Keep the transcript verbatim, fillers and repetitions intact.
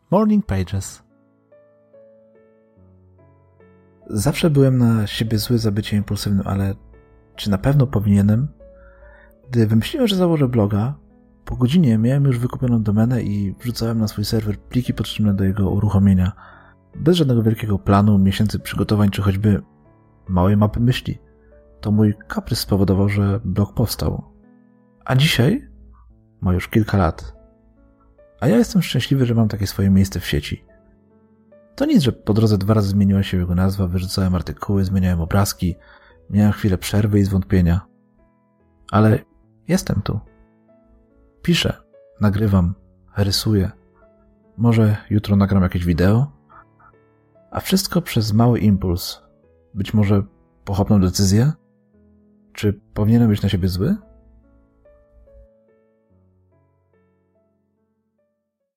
Morning Pages. Zawsze byłem na siebie zły za bycie impulsywnym, ale czy na pewno powinienem? Gdy wymyśliłem, że założę bloga, po godzinie miałem już wykupioną domenę i wrzucałem na swój serwer pliki potrzebne do jego uruchomienia, bez żadnego wielkiego planu, miesięcy przygotowań czy choćby małej mapy myśli. To mój kaprys spowodował, że blog powstał. A dzisiaj ma już kilka lat. A ja jestem szczęśliwy, że mam takie swoje miejsce w sieci. To nic, że po drodze dwa razy zmieniła się jego nazwa, wyrzucałem artykuły, zmieniałem obrazki, miałem chwilę przerwy i zwątpienia. Ale jestem tu. Piszę, nagrywam, rysuję. Może jutro nagram jakieś wideo? A wszystko przez mały impuls. Być może pochopną decyzję? Czy powinienem być na siebie zły?